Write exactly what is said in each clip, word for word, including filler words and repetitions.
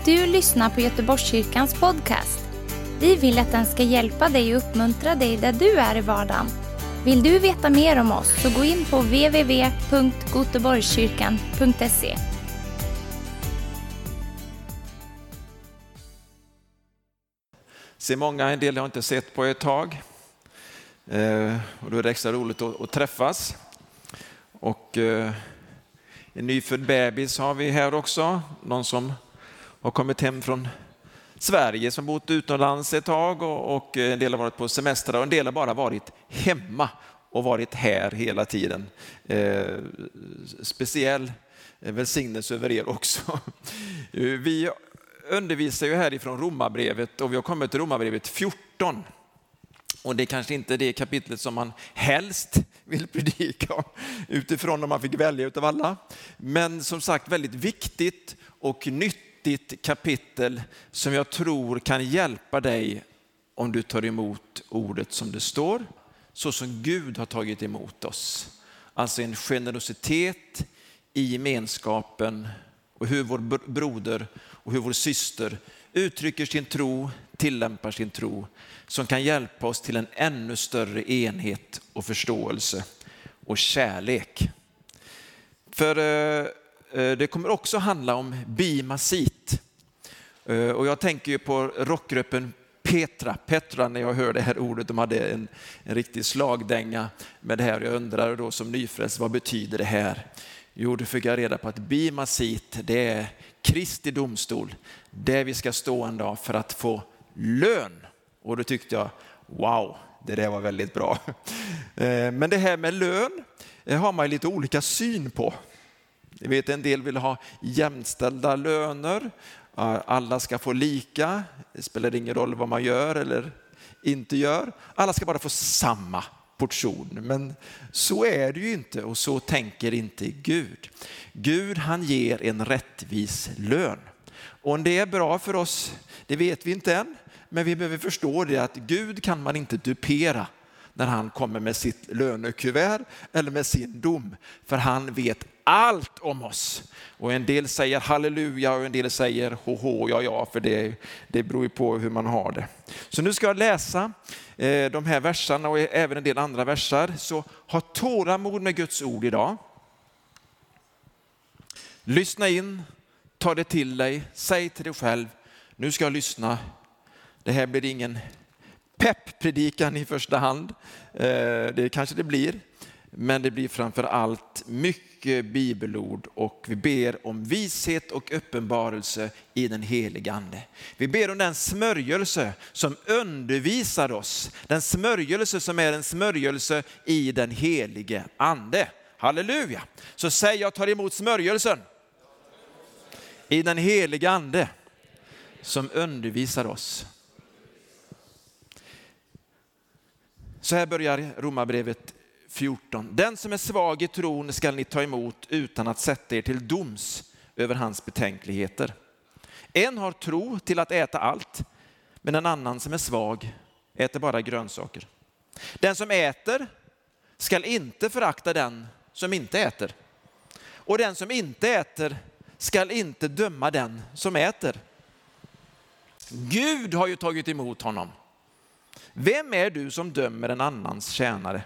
Du lyssnar på Göteborgskyrkans podcast. Vi vill att den ska hjälpa dig och uppmuntra dig där du är i vardagen. Vill du veta mer om oss så gå in på w w w punkt goteborgskyrkan punkt se. Ser många, en del har inte sett på ett tag. Eh, och då är det extra roligt att, att träffas. Och eh, en nyfödd bebis har vi här också. Någon som har kommit hem från Sverige, som bott utomlands ett tag. Och, och en del har varit på semester och en del har bara varit hemma och varit här hela tiden. Eh, speciell välsignelse över er också. Vi undervisar ju härifrån Romarbrevet och vi har kommit till Romarbrevet fjorton. Och det är kanske inte det kapitlet som man helst vill predika utifrån om man fick välja utav alla. Men som sagt väldigt viktigt och nyttigt kapitel som jag tror kan hjälpa dig om du tar emot ordet som det står. Så som Gud har tagit emot oss. Alltså en generositet i gemenskapen och hur vår broder och hur vår syster uttrycker sin tro, tillämpar sin tro, som kan hjälpa oss till en ännu större enhet och förståelse och kärlek. För eh, det kommer också handla om bimasit. Eh, och jag tänker ju på rockgruppen Petra. Petra, när jag hör det här ordet, de hade en, en riktig slagdänga med det här. Jag undrar då som nyfrälst, vad betyder det här? Jo, du fick jag reda på att bimasit, det är Kristi domstol. Där vi ska stå en dag för att få lön. Och då tyckte jag, wow, det där var väldigt bra. Men det här med lön har man lite olika syn på. Jag vet, en del vill ha jämställda löner. Alla ska få lika. Det spelar ingen roll vad man gör eller inte gör. Alla ska bara få samma portion. Men så är det ju inte och så tänker inte Gud. Gud, han ger en rättvis lön. Och om det är bra för oss, det vet vi inte än. Men vi behöver förstå det att Gud kan man inte dupera när han kommer med sitt lönekuvert eller med sin dom. För han vet allt om oss. Och en del säger halleluja och en del säger hoho, ja ja, för det, det beror ju på hur man har det. Så nu ska jag läsa eh, de här verserna och även en del andra versar. Så ha tålamod med Guds ord idag. Lyssna in, ta det till dig, säg till dig själv, nu ska jag lyssna. Det här blir ingen pepp-predikan i första hand. Det kanske det blir. Men det blir framför allt mycket bibelord. Och vi ber om vishet och uppenbarelse i den heliga ande. Vi ber om den smörjelse som undervisar oss. Den smörjelse som är en smörjelse i den helige ande. Halleluja! Så säg, jag tar emot smörjelsen i den heliga ande som undervisar oss. Så här börjar Romarbrevet fjorton. Den som är svag i tron ska ni ta emot utan att sätta er till doms över hans betänkligheter. En har tro till att äta allt, men en annan som är svag äter bara grönsaker. Den som äter ska inte förakta den som inte äter. Och den som inte äter ska inte döma den som äter. Gud har ju tagit emot honom. Vem är du som dömer en annans tjänare?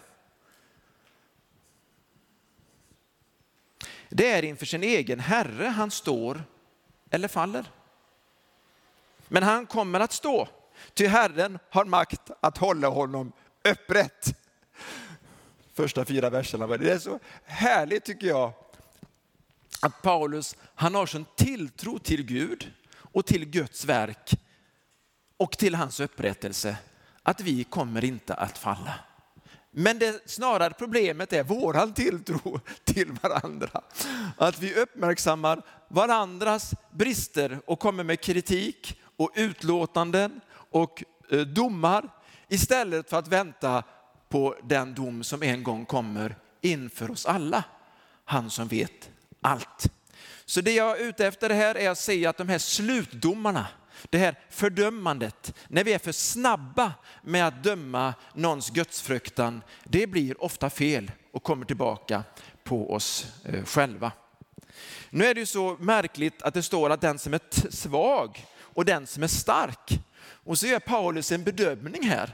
Det är inför sin egen herre han står eller faller. Men han kommer att stå, ty Herren har makt att hålla honom upprätt. Första fyra verserna. Det är så härligt tycker jag att Paulus, han har sån tilltro till Gud och till Guds verk och till hans upprättelse att vi kommer inte att falla. Men det snarare problemet är våran tilltro till varandra. Att vi uppmärksammar varandras brister och kommer med kritik och utlåtanden och domar istället för att vänta på den dom som en gång kommer inför oss alla. Han som vet allt. Så det jag är ute efter det här är att se att de här slutdomarna, det här fördömandet, när vi är för snabba med att döma någons gudsfruktan, det blir ofta fel och kommer tillbaka på oss själva. Nu är det ju så märkligt att det står att den som är t- svag och den som är stark. Och så gör Paulus en bedömning här.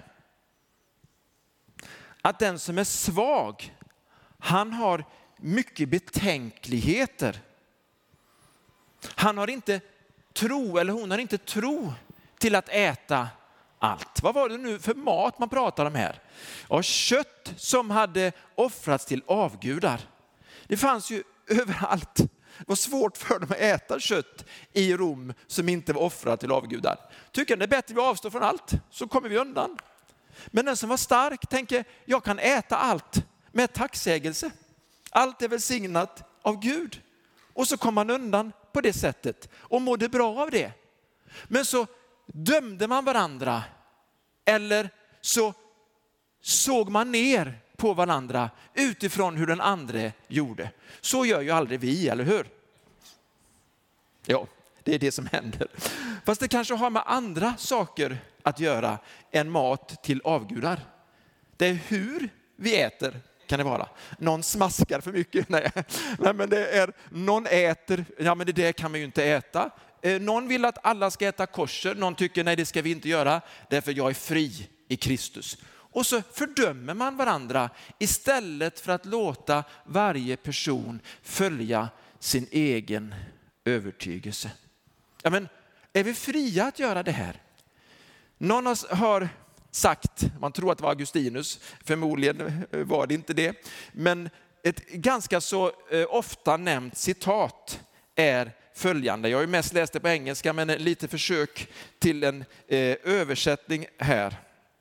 Att den som är svag, han har mycket betänkligheter. Han har inte tro, eller hon har inte tro till att äta allt. Vad var det nu för mat man pratar om här? Ja, kött som hade offrats till avgudar. Det fanns ju överallt. Det var svårt för dem att äta kött i Rom som inte var offrat till avgudar. Tycker det är bättre att vi avstår från allt, så kommer vi undan. Men den som var stark tänker, jag kan äta allt med tacksägelse. Allt är välsignat av Gud. Och så kom man undan på det sättet och mådde bra av det. Men så dömde man varandra, eller så såg man ner på varandra utifrån hur den andra gjorde. Så gör ju aldrig vi, eller hur? Ja, det är det som händer. Fast det kanske har med andra saker att göra än mat till avgudar. Det är hur vi äter, kan det vara. Någon smaskar för mycket. Nej, Nej men det är någon äter. Ja, men det där kan man ju inte äta. Eh, någon vill att alla ska äta kosher. Någon tycker nej, det ska vi inte göra. Därför jag är fri i Kristus. Och så fördömer man varandra istället för att låta varje person följa sin egen övertygelse. Ja, men är vi fria att göra det här? Någon har sagt, man tror att det var Augustinus, förmodligen var det inte det, men ett ganska så ofta nämnt citat är följande. Jag har ju mest läst det på engelska, men lite försök till en översättning här.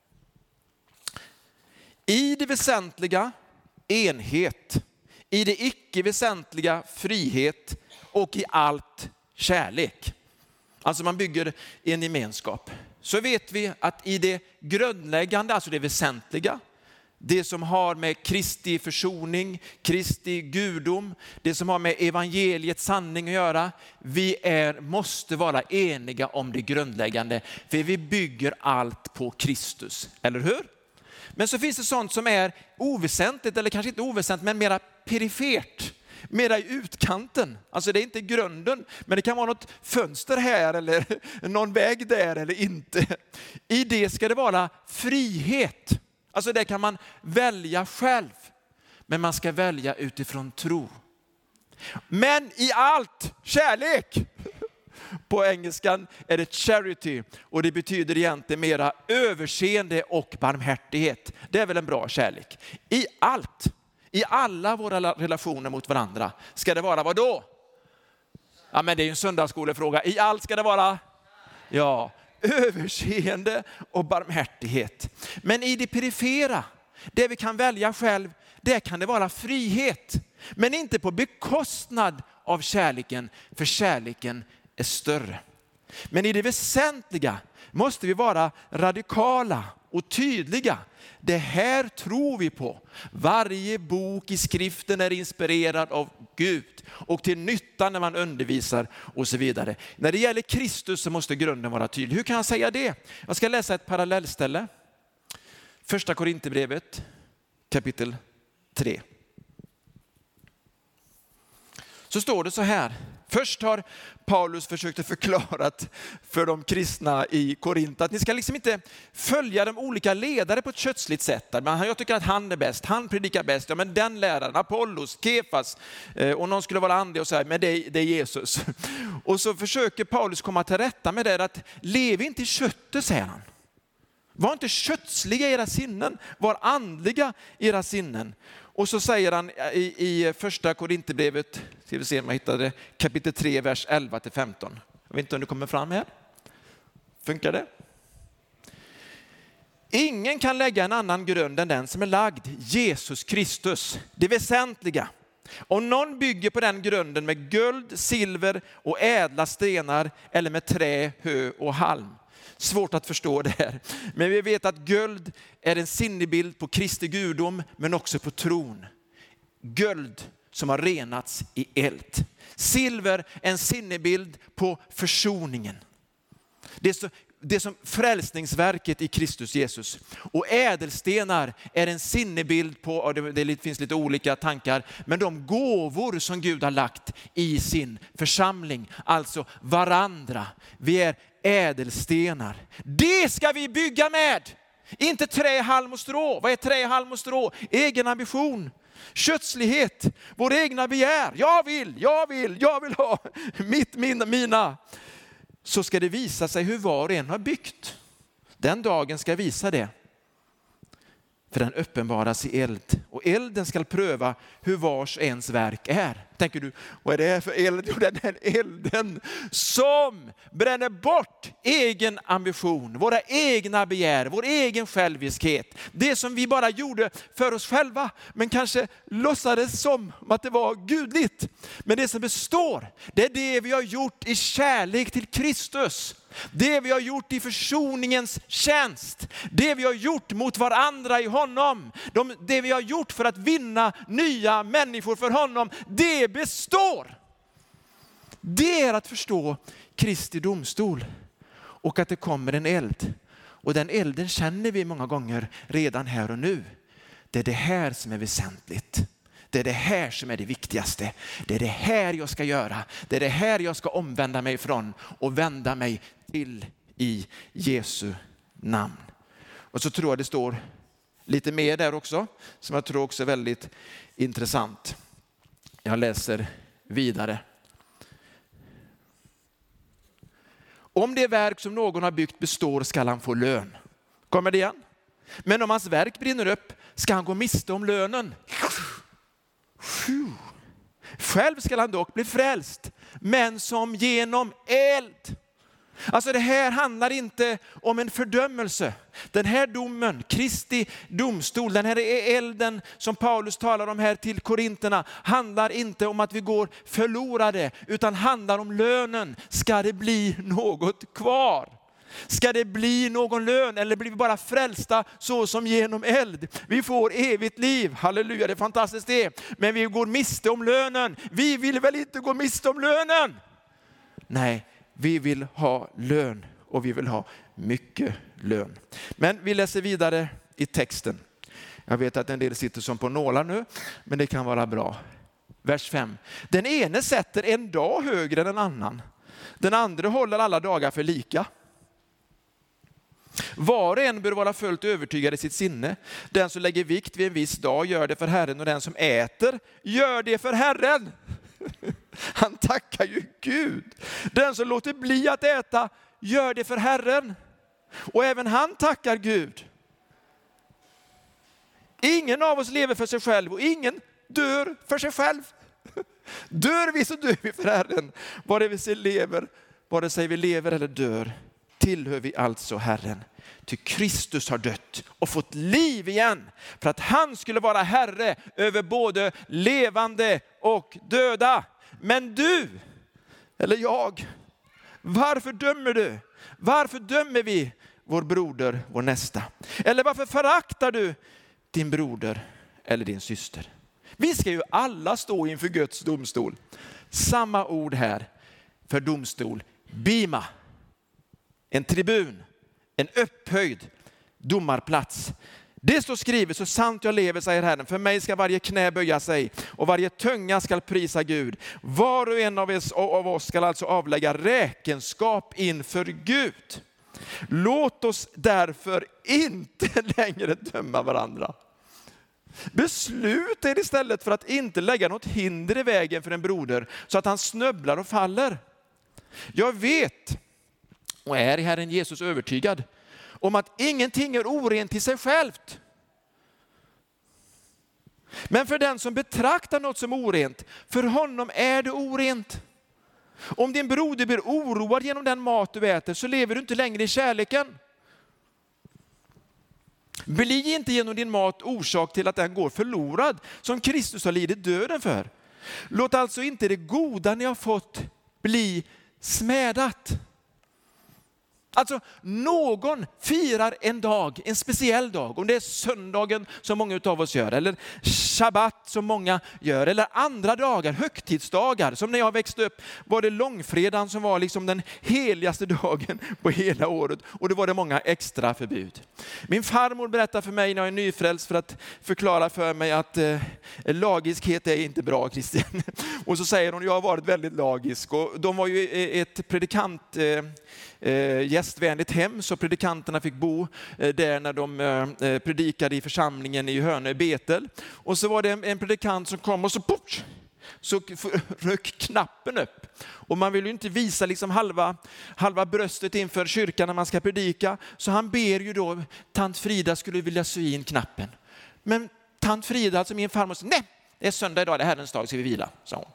I det väsentliga enhet, i det icke väsentliga frihet och i allt kärlek. Alltså man bygger en gemenskap. Så vet vi att i det grundläggande, alltså det väsentliga, det som har med Kristi försoning, Kristi gudom, det som har med evangeliets sanning att göra, vi är, måste vara eniga om det grundläggande. För vi bygger allt på Kristus, eller hur? Men så finns det sånt som är oväsentligt, eller kanske inte oväsentligt, men mera perifert. Mera i utkanten. Alltså det är inte grunden, men det kan vara något fönster här eller någon väg där eller inte. I det ska det vara frihet. Alltså det kan man välja själv. Men man ska välja utifrån tro. Men i allt kärlek. På engelskan är det charity och det betyder egentligen mera överseende och barmhärtighet. Det är väl en bra kärlek. I allt. I alla våra relationer mot varandra ska det vara vad då? Ja, men det är ju en söndagsskolefråga. I allt ska det vara ja, överseende och barmhärtighet. Men i det perifera, det vi kan välja själv, det kan det vara frihet. Men inte på bekostnad av kärleken, för kärleken är större. Men i det väsentliga måste vi vara radikala och tydliga. Det här tror vi på. Varje bok i skriften är inspirerad av Gud och till nytta när man undervisar och så vidare. När det gäller Kristus så måste grunden vara tydlig. Hur kan jag säga det? Jag ska läsa ett parallellställe. Första Korinthierbrevet kapitel tre. Så står det så här. Först har Paulus försökt förklara för de kristna i Korint att ni ska liksom inte följa de olika ledare på ett kötsligt sätt. Men jag tycker att han är bäst, han predikar bäst. Ja, men den läraren, Apollos, Kefas och någon skulle vara andlig och så här, men det är, det är Jesus. Och så försöker Paulus komma till rätta med det att lev inte i köttet, säger han. Var inte kötsliga i era sinnen, var andliga i era sinnen. Och så säger han i, i första Korinthierbrevet, ska vi se om jag hittade det, kapitel tre, vers elva till femton. Jag vet inte om det kommer fram här. Funkar det? Ingen kan lägga en annan grund än den som är lagd, Jesus Kristus, det väsentliga. Om någon bygger på den grunden med guld, silver och ädla stenar eller med trä, hö och halm. Svårt att förstå det här. Men vi vet att guld är en sinnebild på Kristi gudom men också på tron. Guld som har renats i eld. Silver är en sinnebild på försoningen. Det är så, det som frälsningsverket i Kristus Jesus. Och ädelstenar är en sinnebild på, och det, det finns lite olika tankar, men de gåvor som Gud har lagt i sin församling, alltså varandra. Vi är ädelstenar. Det ska vi bygga med. Inte trä, halm och strå. Vad är trä, halm och strå? Egen ambition, kötslighet, vår egna begär. Jag vill, jag vill, jag vill ha mitt, mina, mina. Så ska det visa sig hur var och en har byggt. Den dagen ska visa det. För den uppenbaras i eld. Och elden ska pröva hur vars ens verk är. Tänker du, vad är det här för eld? Jo, den här elden som bränner bort egen ambition, våra egna begär, vår egen själviskhet. Det som vi bara gjorde för oss själva, men kanske låtsades som att det var gudligt. Men det som består, det är det vi har gjort i kärlek till Kristus. Det vi har gjort i försoningens tjänst. Det vi har gjort mot varandra i honom. De, det vi har gjort för att vinna nya människor för honom. Det består. Det är att förstå Kristi domstol. Och att det kommer en eld. Och den elden känner vi många gånger redan här och nu. Det är det här som är väsentligt. Det är det här som är det viktigaste. Det är det här jag ska göra. Det är det här jag ska omvända mig från och vända mig till i Jesu namn. Och så tror jag det står lite mer där också, som jag tror också är väldigt intressant. Jag läser vidare. Om det verk som någon har byggt består skall han få lön. Kommer det igen? Men om hans verk brinner upp ska han gå miste om lönen. Själv ska han dock bli frälst, men som genom eld. Alltså det här handlar inte om en fördömelse. Den här domen, Kristi domstol, den här elden som Paulus talar om här till korinterna, handlar inte om att vi går förlorade, utan handlar om lönen. Ska det bli något kvar? Ska det bli någon lön, eller blir vi bara frälsta så som genom eld? Vi får evigt liv, halleluja, det är fantastiskt det. Men vi går miste om lönen. Vi vill väl inte gå miste om lönen? Nej, vi vill ha lön, och vi vill ha mycket lön. Men vi läser vidare i texten. Jag vet att en del sitter som på nålar nu, men det kan vara bra. Vers fem. Den ene sätter en dag högre än en annan. Den andra håller alla dagar för lika. Var och en bör vara fullt övertygad i sitt sinne. Den som lägger vikt vid en viss dag gör det för Herren, och den som äter gör det för Herren. Han tackar ju Gud. Den som låter bli att äta gör det för Herren, och även han tackar Gud. Ingen av oss lever för sig själv, och ingen dör för sig själv. Dör vi så dör vi för Herren. Vare sig lever, vare sig vi lever eller dör, tillhör vi alltså Herren. Ty Kristus har dött och fått liv igen, för att han skulle vara Herre över både levande och döda. Men du, eller jag, varför dömer du? Varför dömer vi vår broder, vår nästa? Eller varför föraktar du din broder eller din syster? Vi ska ju alla stå inför Guds domstol. Samma ord här för domstol. Bima. En tribun. En upphöjd domarplats. Det står skrivet: så sant jag lever, säger Herren, för mig ska varje knä böja sig och varje tunga ska prisa Gud. Var och en av oss, av oss ska alltså avlägga räkenskap inför Gud. Låt oss därför inte längre döma varandra. Besluta er istället för att inte lägga något hinder i vägen för en broder så att han snubblar och faller. Jag vet och är i Herren Jesus övertygad om att ingenting är orent i sig självt. Men för den som betraktar något som orent, för honom är det orent. Om din broder blir oroad genom den mat du äter, så lever du inte längre i kärleken. Bli inte genom din mat orsak till att den går förlorad, som Kristus har lidit döden för. Låt alltså inte det goda ni har fått bli smädat. Alltså någon firar en dag, en speciell dag. Om det är söndagen som många av oss gör, eller shabbat som många gör, eller andra dagar, högtidsdagar. Som när jag växte upp var det långfredagen som var liksom den heligaste dagen på hela året. Och då var det många extra förbud. Min farmor berättade för mig när jag är nyfrälst för att förklara för mig att eh, lagiskhet är inte bra, Christian. Och så säger hon, jag har varit väldigt lagisk. Och de var ju ett predikant... Eh, gästvänligt hem, så predikanterna fick bo där när de predikade i församlingen i Hönö, Betel. Och så var det en predikant som kom och så puff, så rök knappen upp. Och man vill ju inte visa liksom halva, halva bröstet inför kyrkan när man ska predika. Så han ber ju då, tant Frida skulle vilja sy in knappen. Men tant Frida, alltså min farmor, sa, nej, det är söndag idag, det är Herrens dag, så vi vila, sa hon.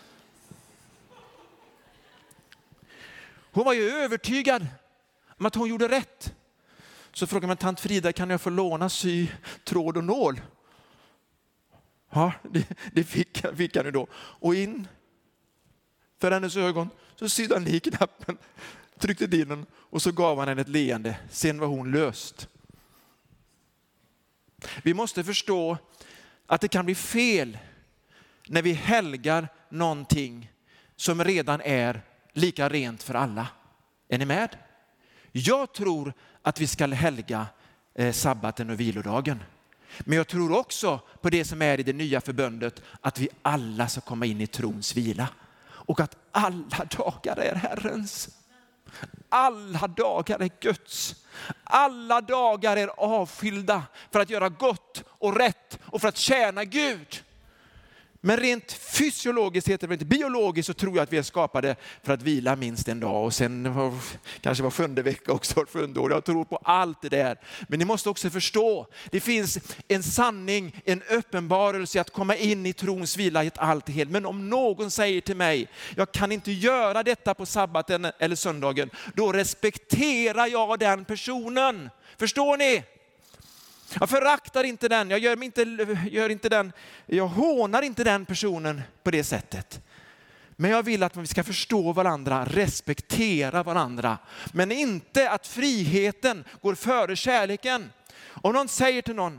Hon var ju övertygad om att hon gjorde rätt. Så frågade man tant Frida, kan jag få låna sy tråd och nål? Ja, det, det fick, fick jag nu då. Och in för hennes ögon så sydde han i knappen, tryckte in den och så gav han henne ett leende. Sen var hon löst. Vi måste förstå att det kan bli fel när vi helgar någonting som redan är lika rent för alla. Är ni med? Jag tror att vi ska helga eh, sabbaten och vilodagen. Men jag tror också på det som är i det nya förbundet, att vi alla ska komma in i trons vila. Och att alla dagar är Herrens. Alla dagar är Guds. Alla dagar är avskilda för att göra gott och rätt och för att tjäna Gud. Men rent fysiologiskt, heter det inte biologiskt, så tror jag att vi är skapade för att vila minst en dag. Och sen var, kanske var sjunde vecka också, sjunde år. Jag tror på allt det där. Men ni måste också förstå, det finns en sanning, en uppenbarelse att komma in i trons vila i ett allt helt. Men om någon säger till mig, jag kan inte göra detta på sabbaten eller söndagen, då respekterar jag den personen. Förstår ni? Jag föraktar inte den, jag gör inte, gör inte den, jag hånar inte den personen på det sättet. Men jag vill att vi ska förstå varandra, respektera varandra. Men inte att friheten går före kärleken. Om någon säger till någon,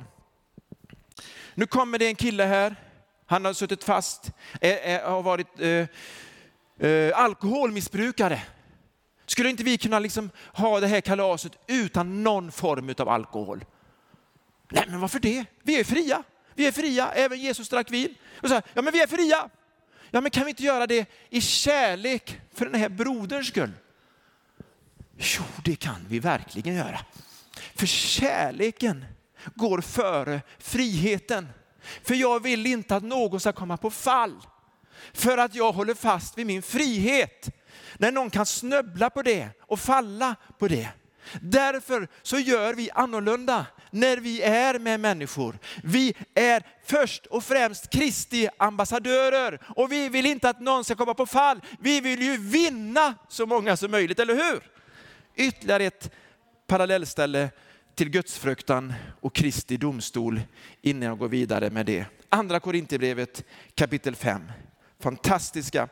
nu kommer det en kille här, han har suttit fast, är, är, har varit äh, äh, alkoholmissbrukare. Skulle inte vi kunna liksom ha det här kalaset utan någon form av alkohol? Nej, men varför det? Vi är fria. Vi är fria. Även Jesus drack vin. Och så här, ja, men vi är fria. Ja, men kan vi inte göra det i kärlek för den här broderns skull? Jo, det kan vi verkligen göra. För kärleken går före friheten. För jag vill inte att någon ska komma på fall. För att jag håller fast vid min frihet. När någon kan snubbla på det och falla på det. Därför så gör vi annorlunda när vi är med människor. Vi är först och främst Kristi ambassadörer. Och vi vill inte att någon ska komma på fall. Vi vill ju vinna så många som möjligt, eller hur? Ytterligare ett parallellställe till gudsfruktan och Kristi domstol innan jag går vidare med det. Andra Korinthierbrevet kapitel fem. Fantastiska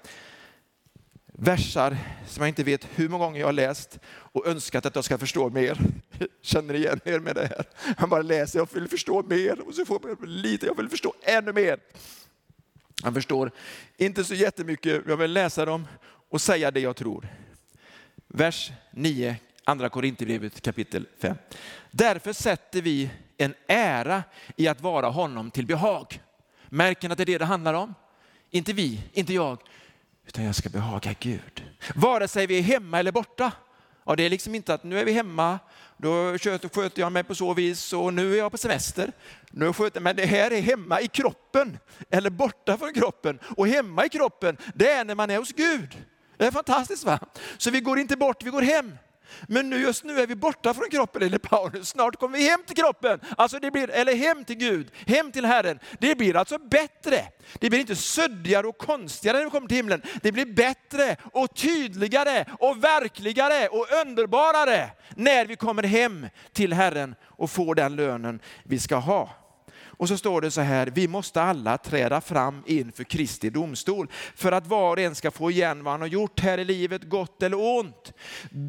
versar som jag inte vet hur många gånger jag har läst och önskat att jag ska förstå mer. Känner igen er med det här. Han bara läser, jag vill förstå mer, och så får man lite, jag vill förstå ännu mer. Han förstår inte så jättemycket, jag vill läsa dem och säga det jag tror. Vers nio, andra Korinthierbrevet kapitel fem. Därför sätter vi en ära i att vara honom till behag. Märker att det är det det handlar om? Inte vi, inte jag. Utan jag ska behaga Gud. Vare sig vi är hemma eller borta. Ja, det är liksom inte att nu är vi hemma. Då sköter jag mig på så vis. Och nu är jag på semester. Nu sköter, men det här är hemma i kroppen. Eller borta från kroppen. Och hemma i kroppen, det är när man är hos Gud. Det är fantastiskt, va? Så vi går inte bort, vi går hem. Men nu, just nu är vi borta från kroppen, eller Paulus. Snart kommer vi hem till kroppen. Alltså det blir, eller hem till Gud, hem till Herren. Det blir alltså bättre. Det blir inte suddigare och konstigare när vi kommer till himlen. Det blir bättre och tydligare och verkligare och underbarare när vi kommer hem till Herren och får den lönen vi ska ha. Och så står det så här, vi måste alla träda fram inför Kristi domstol för att var och en ska få igen vad han har gjort här i livet, gott eller ont. Då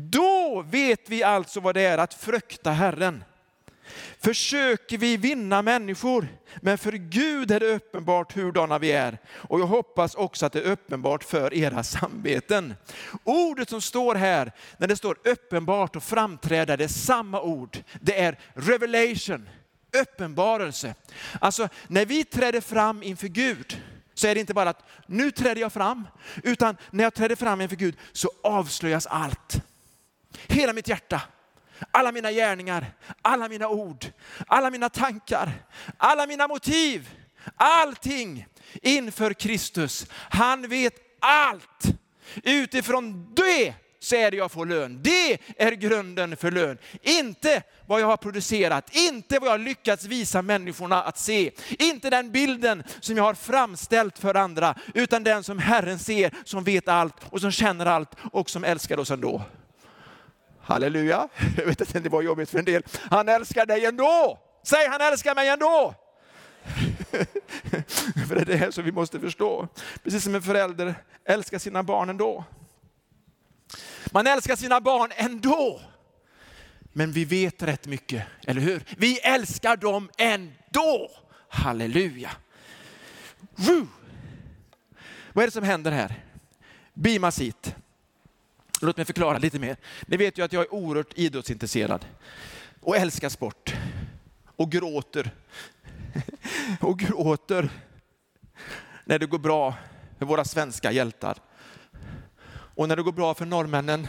Då vet vi alltså vad det är att frukta Herren. Försöker vi vinna människor, men för Gud är det uppenbart hurdana vi är. Och jag hoppas också att det är uppenbart för era samveten. Ordet som står här, när det står uppenbart och framträda, det är samma ord. Det är revelation, uppenbarelse. Alltså när vi träder fram inför Gud, så är det inte bara att nu träder jag fram, utan när jag träder fram inför Gud så avslöjas allt. Hela mitt hjärta, alla mina gärningar, alla mina ord, alla mina tankar, alla mina motiv, allting inför Kristus. Han vet allt. Utifrån det så är det jag får lön. Det är grunden för lön. Inte vad jag har producerat, inte vad jag har lyckats visa människorna att se. Inte den bilden som jag har framställt för andra, utan den som Herren ser, som vet allt och som känner allt och som älskar oss ändå. Halleluja. Jag vet att det var jobbigt för en del. Han älskar dig ändå. Säg, han älskar mig ändå. För det är det här som vi måste förstå. Precis som en förälder älskar sina barn ändå. Man älskar sina barn ändå. Men vi vet rätt mycket, eller hur? Vi älskar dem ändå. Halleluja. Woo. Vad är det som händer här? Bimasit. Låt mig förklara lite mer. Ni vet ju att jag är oerhört idrottsintresserad. Och älskar sport. Och gråter. Och gråter. När det går bra för våra svenska hjältar. Och när det går bra för norrmännen.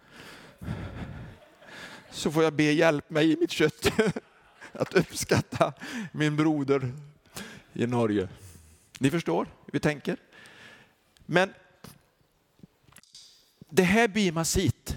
Så får jag be hjälp mig i mitt kött. Att uppskatta min broder i Norge. Ni förstår hur vi tänker. Men det här bimasit,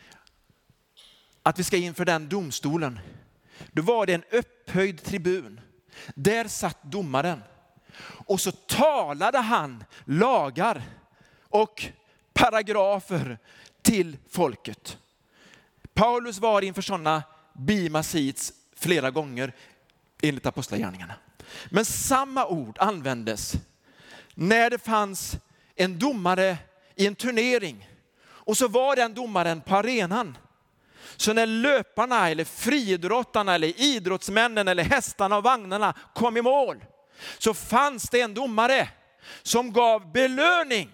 att vi ska inför den domstolen, då var det en upphöjd tribun. Där satt domaren. Och så talade han lagar och paragrafer till folket. Paulus var inför sådana bimasits flera gånger enligt apostlagärningarna. Men samma ord användes när det fanns en domare i en turnering. Och så var den domaren på arenan. Så när löparna eller friidrottarna eller idrottsmännen eller hästarna och vagnarna kom i mål, så fanns det en domare som gav belöning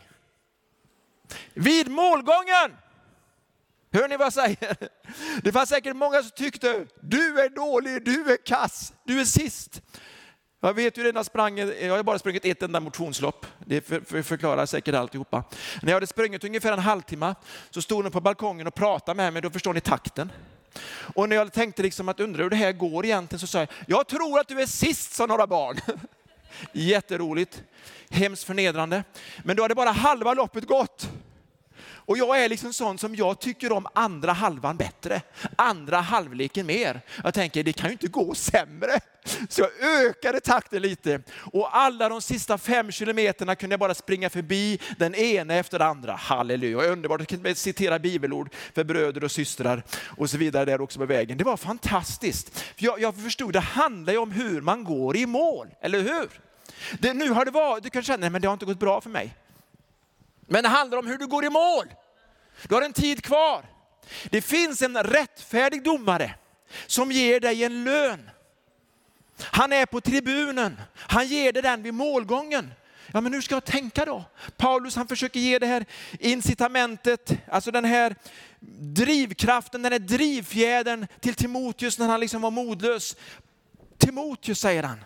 vid målgången. Hör ni vad jag säger? Det fanns säkert många som tyckte, du är dålig, du är kass, du är sist. Jag vet ju redan sprang, jag har bara sprungit ett enda motionslopp. Det för, för, förklarar säkert alltihopa. När jag hade sprungit ungefär en halvtimme så stod de på balkongen och pratade med mig. Då förstår ni takten. Och när jag tänkte liksom att undra hur det här går egentligen, så sa jag, jag tror att du är sist, sa några barn. Jätteroligt. Hemskt förnedrande. Men då hade bara halva loppet gått. Och jag är liksom sån som jag tycker om andra halvan bättre. Andra halvleken mer. Jag tänker, det kan ju inte gå sämre. Så jag ökade takten lite. Och alla de sista fem kilometerna kunde jag bara springa förbi den ena efter den andra. Halleluja. Och underbart att citera bibelord för bröder och systrar och så vidare där också på vägen. Det var fantastiskt. För jag, jag förstod, det handlar ju om hur man går i mål. Eller hur? Det, nu har det varit, du kan känna, men det har inte gått bra för mig. Men det handlar om hur du går i mål. Du har en tid kvar. Det finns en rättfärdig domare som ger dig en lön. Han är på tribunen. Han ger dig den vid målgången. Ja, men hur ska jag tänka då? Paulus, han försöker ge det här incitamentet, alltså den här drivkraften, den här drivfjädern till Timoteus när han liksom var modlös. Timoteus, säger han.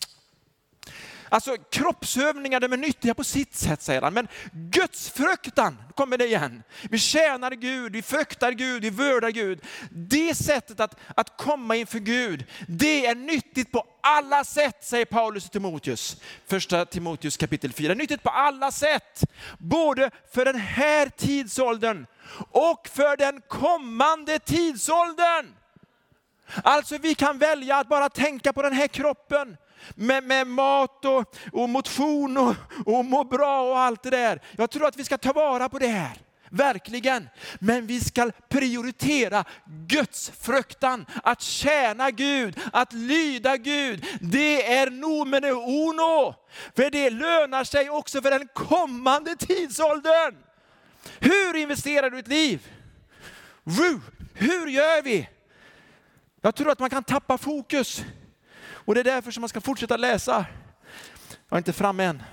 Alltså kroppsövningar, de är nyttiga på sitt sätt, säger han. Men Guds fruktan, kommer det igen. Vi tjänar Gud, vi fruktar Gud, vi vördar Gud. Det sättet att, att komma inför Gud, det är nyttigt på alla sätt, säger Paulus till Timoteus. Första Timoteus kapitel fyra. Nyttigt på alla sätt. Både för den här tidsåldern och för den kommande tidsåldern. Alltså vi kan välja att bara tänka på den här kroppen. Med, med mat och, och motion och, och må bra och allt det där. Jag tror att vi ska ta vara på det här. Verkligen. Men vi ska prioritera Guds fruktan. Att tjäna Gud. Att lyda Gud. Det är numero uno. För det lönar sig också för den kommande tidsåldern. Hur investerar du ditt liv? Hur gör vi? Jag tror att man kan tappa fokus. Och det är därför som man ska fortsätta läsa. Jag är inte framme än.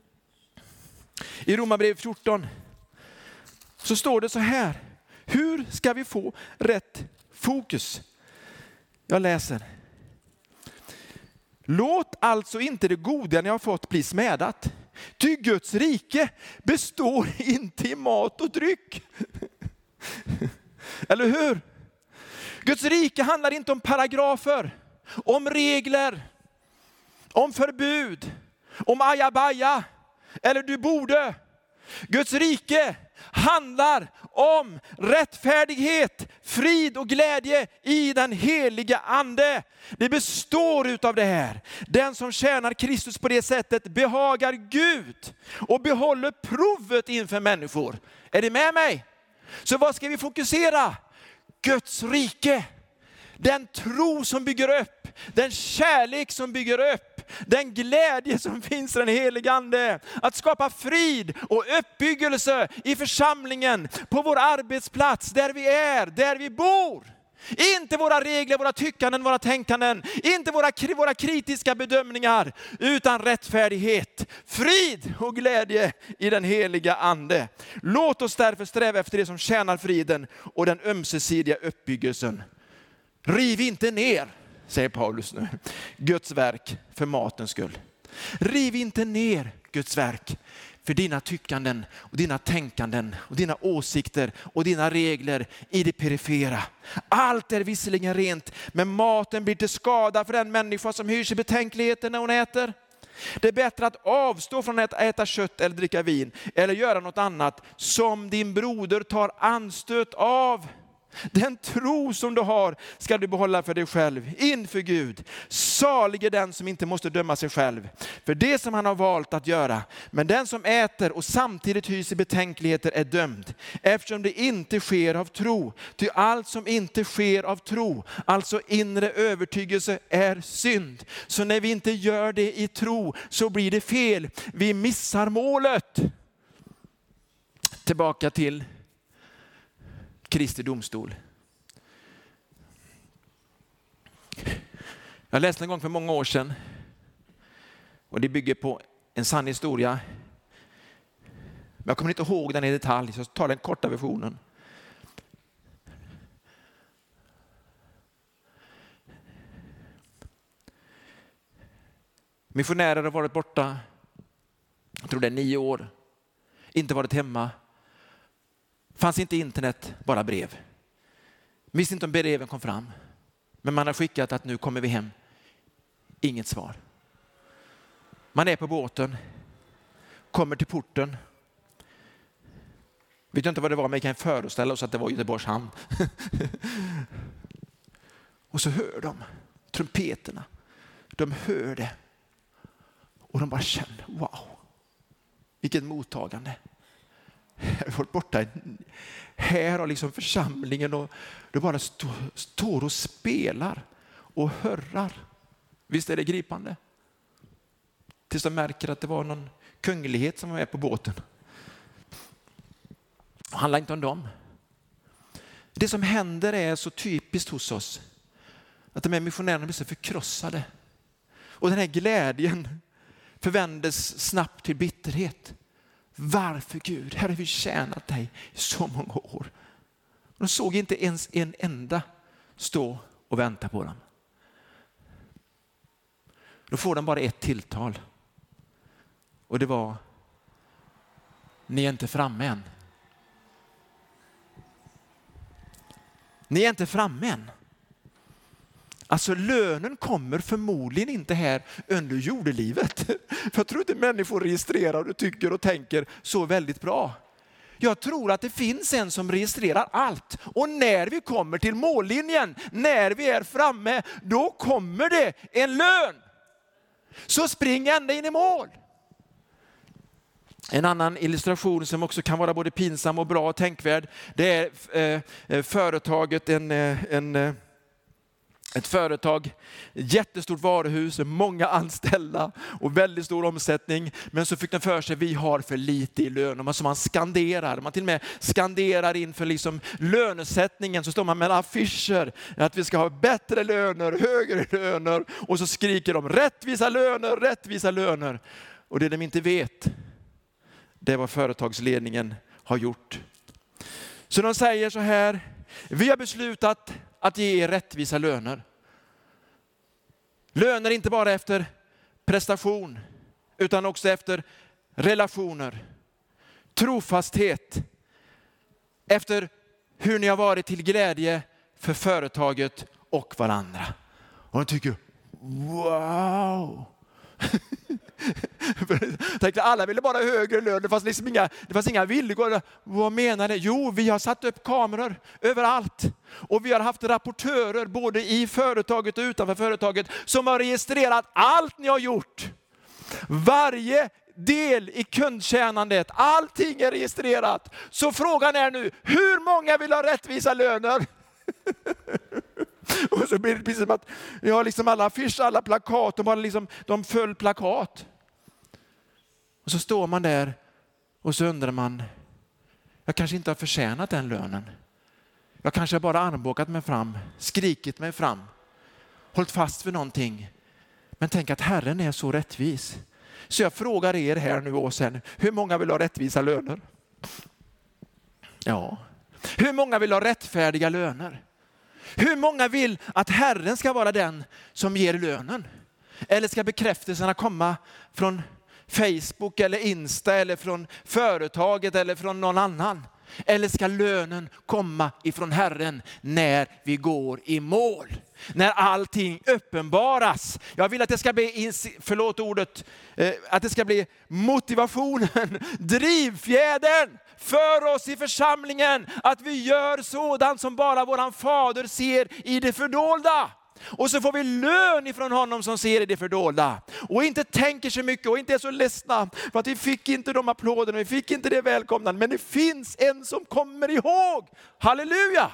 I Romarbrevet fjorton så står det så här. Hur ska vi få rätt fokus? Jag läser. Låt alltså inte det goda ni har fått bli smädat. Ty Guds rike består inte i mat och dryck. Eller hur? Guds rike handlar inte om paragrafer, om regler, om förbud, om ajabaja eller du borde. Guds rike handlar om rättfärdighet, frid och glädje i den heliga ande. Det består utav det här. Den som tjänar Kristus på det sättet behagar Gud och behåller provet inför människor. Är det med mig? Så vad ska vi fokusera? Guds rike. Den tro som bygger upp, den kärlek som bygger upp, den glädje som finns i den heliga ande. Att skapa frid och uppbyggelse i församlingen, på vår arbetsplats, där vi är, där vi bor. Inte våra regler, våra tyckanden, våra tänkanden, inte våra, våra kritiska bedömningar, utan rättfärdighet, frid och glädje i den heliga ande. Låt oss därför sträva efter det som tjänar friden och den ömsesidiga uppbyggelsen. Riv inte ner, säger Paulus nu, Guds verk för matens skull. Riv inte ner Guds verk för dina tyckanden och dina tänkanden och dina åsikter och dina regler i det perifera. Allt är visserligen rent, men maten blir till skada för den människa som hyr sig betänkligheter när hon äter. Det är bättre att avstå från att äta kött eller dricka vin eller göra något annat som din broder tar anstöt av. Den tro som du har ska du behålla för dig själv inför Gud. Salig är den som inte måste döma sig själv för det som han har valt att göra. Men den som äter och samtidigt hyser betänkligheter är dömd, eftersom det inte sker av tro. Ty allt som inte sker av tro, alltså inre övertygelse, är synd. Så när vi inte gör det i tro så blir det fel. Vi missar målet. Tillbaka till Kristi domstol. Jag läste en gång för många år sedan, och det bygger på en sann historia. Men jag kommer inte ihåg den i detalj, så jag tar den korta versionen. Missionärer har varit borta, jag tror det är nio år, inte varit hemma. Fanns inte internet, bara brev. Visste inte om breven kom fram. Men man har skickat att nu kommer vi hem. Inget svar. Man är på båten. Kommer till porten. Vet inte vad det var, men jag kan föreställa oss att det var Göteborgs hamn. Och så hör de trumpeterna. De hör det. Och de bara känner, wow. Vilket mottagande. Här har varit borta. Här har liksom församlingen och det bara stå, står och spelar och hörrar. Visst är det gripande? Tills de märker att det var någon kunglighet som var med på båten. Det handlar inte om dem. Det som händer är så typiskt hos oss. Att de här missionärerna blir så förkrossade. Och den här glädjen förvändes snabbt till bitterhet. Varför Gud? Här har vi tjänat dig i så många år. De såg inte ens en enda stå och vänta på dem. Då får de bara ett tilltal. Och det var: ni är inte framme än. Ni är inte framme än. Alltså lönen kommer förmodligen inte här under jordelivet. För jag tror inte människor registrerar och tycker och tänker så väldigt bra. Jag tror att det finns en som registrerar allt. Och när vi kommer till mållinjen, när vi är framme, då kommer det en lön. Så spring ända in i mål. En annan illustration som också kan vara både pinsam och bra och tänkvärd, det är eh, företaget, en... en ett företag, jättestort varuhus, många anställda och väldigt stor omsättning. Men så fick de för sig, vi har för lite i lön. Och man, så man skanderar, man till och med skanderar inför liksom lönesättningen. Så står man med affischer att vi ska ha bättre löner, högre löner. Och så skriker de rättvisa löner, rättvisa löner. Och det de inte vet, det är vad företagsledningen har gjort. Så de säger så här, vi har beslutat att ge er rättvisa löner. Löner inte bara efter prestation utan också efter relationer. Trofasthet. Efter hur ni har varit till glädje för företaget och varandra. Och de tycker, wow. Tänkte alla ville bara högre lön. Det fanns liksom inga, det fanns inga villkor. Vad menar det? Jo, vi har satt upp kameror överallt. Och vi har haft rapportörer både i företaget och utanför företaget som har registrerat allt ni har gjort. Varje del i kundtjänandet. Allting är registrerat. Så frågan är nu, hur många vill ha rättvisa löner? Och så blir det precis som att jag har liksom alla affischer, alla plakat, de, bara liksom, de föll plakat. Och så står man där och så undrar man, jag kanske inte har förtjänat den lönen. Jag kanske bara armbåkat mig fram, skrikit mig fram, hållit fast vid någonting. Men tänk att Herren är så rättvis. Så jag frågar er här nu och sen, hur många vill ha rättvisa löner? Ja. Hur många vill ha rättfärdiga löner? Hur många vill att Herren ska vara den som ger lönen? Eller ska bekräftelserna komma från Facebook eller Insta eller från företaget eller från någon annan? Eller ska lönen komma ifrån Herren när vi går i mål? När allting uppenbaras. Jag vill att det ska bli, förlåt ordet, att det ska bli motivationen, drivfjädern för oss i församlingen. Att vi gör sådant som bara våran fader ser i det fördolda. Och så får vi lön ifrån honom som ser i det fördolda. Och inte tänker så mycket och inte är så ledsna för att vi fick inte de applåderna, vi fick inte det välkomnande. Men det finns en som kommer ihåg. Halleluja!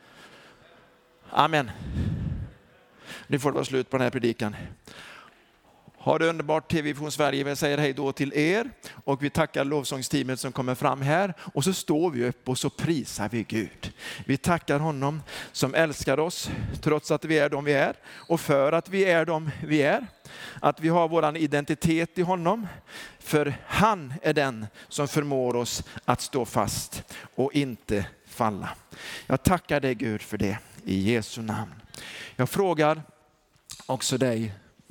Amen. Nu får det vara slut på den här predikan. Ha det underbart, T V från Sverige. Vi säger hej då till er. Och vi tackar lovsångsteamet som kommer fram här. Och så står vi upp och så prisar vi Gud. Vi tackar honom som älskar oss trots att vi är de vi är. Och för att vi är de vi är. Att vi har våran identitet i honom. För han är den som förmår oss att stå fast och inte falla. Jag tackar dig Gud för det i Jesu namn. Jag frågar också dig.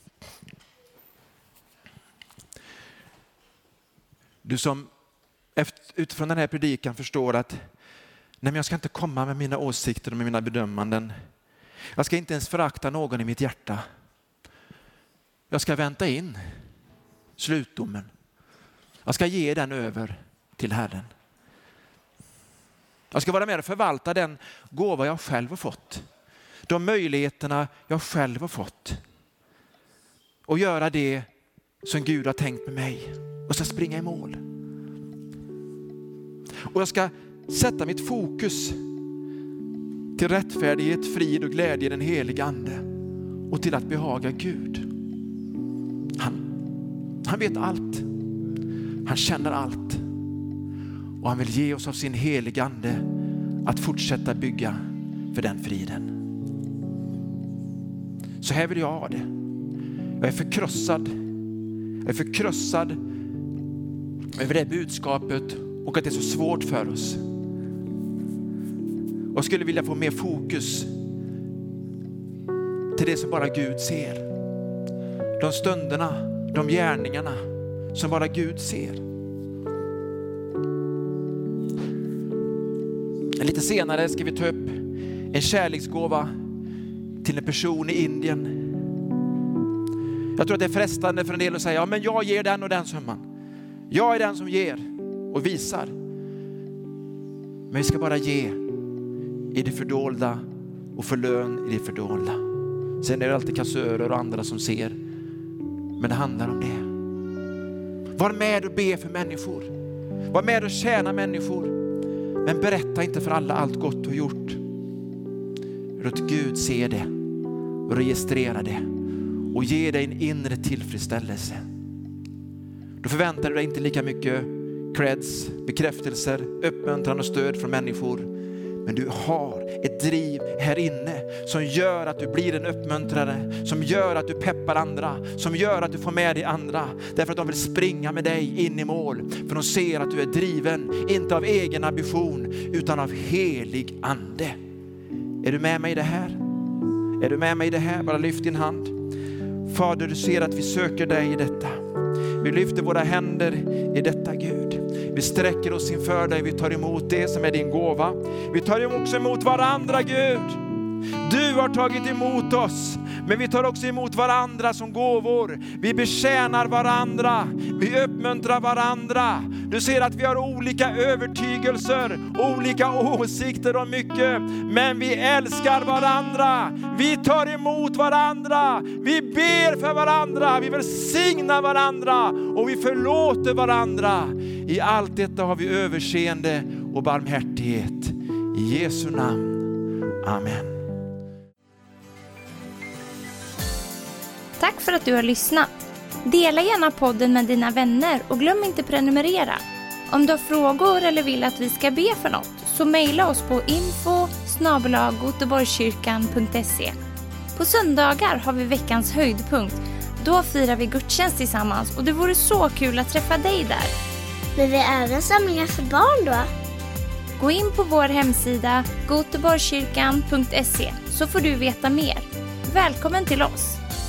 Du som utifrån den här predikan förstår att nej, men jag ska inte komma med mina åsikter och med mina bedömanden. Jag ska inte ens förakta någon i mitt hjärta. Jag ska vänta in slutdomen. Jag ska ge den över till Herren. Jag ska vara med och förvalta den gåva jag själv har fått. De möjligheterna jag själv har fått. Och göra det som Gud har tänkt med mig. Och så springa i mål. Och jag ska sätta mitt fokus till rättfärdighet, frid och glädje i den heliga ande. Och till att behaga Gud. Han, han vet allt. Han känner allt. Och han vill ge oss av sin heliga ande att fortsätta bygga för den friden. Så här vill jag ha det. Jag är förkrossad. Jag är förkrossad över det budskapet och att det är så svårt för oss. Och jag skulle vilja få mer fokus till det som bara Gud ser. De stunderna, de gärningarna som bara Gud ser. Lite senare ska vi ta upp en kärleksgåva till en person i Indien. Jag tror att det är frestande för en del att säga, ja men jag ger den och den summan. Jag är den som ger och visar. Men vi ska bara ge i det fördolda och få lön i det fördolda. Sen är det alltid kassörer och andra som ser. Men det handlar om det. Var med och be för människor. Var med och tjäna människor. Men berätta inte för alla allt gott du har gjort. Låt Gud se det och registrera det och ge dig en inre tillfredsställelse. Då förväntar du dig inte lika mycket creds, bekräftelser, uppmuntran och stöd från människor. Men du har ett driv här inne som gör att du blir en uppmuntrare, som gör att du peppar andra, som gör att du får med dig andra. Därför att de vill springa med dig in i mål. För de ser att du är driven, inte av egen ambition utan av helig ande. Är du med mig i det här? Är du med mig i det här? Bara lyft din hand. Fader, du ser att vi söker dig i detta. Vi lyfter våra händer i detta, Gud. Vi sträcker oss inför dig. Vi tar emot det som är din gåva. Vi tar också emot varandra, Gud. Du har tagit emot oss. Men vi tar också emot varandra som gåvor. Vi betjänar varandra. Vi uppmuntrar varandra. Du ser att vi har olika övertygelser, olika åsikter om mycket. Men vi älskar varandra. Vi tar emot varandra. Vi ber för varandra. Vi välsignar varandra. Och vi förlåter varandra. I allt detta har vi överseende och barmhärtighet. I Jesu namn. Amen. Tack för att du har lyssnat. Dela gärna podden med dina vänner och glöm inte prenumerera. Om du har frågor eller vill att vi ska be för något så mejla oss på info snabel-a goteborgskyrkan punkt se. På söndagar har vi veckans höjdpunkt. Då firar vi gudstjänst tillsammans och det vore så kul att träffa dig där. Men vi är även samlingar för barn då? Gå in på vår hemsida goteborgskyrkan punkt se så får du veta mer. Välkommen till oss!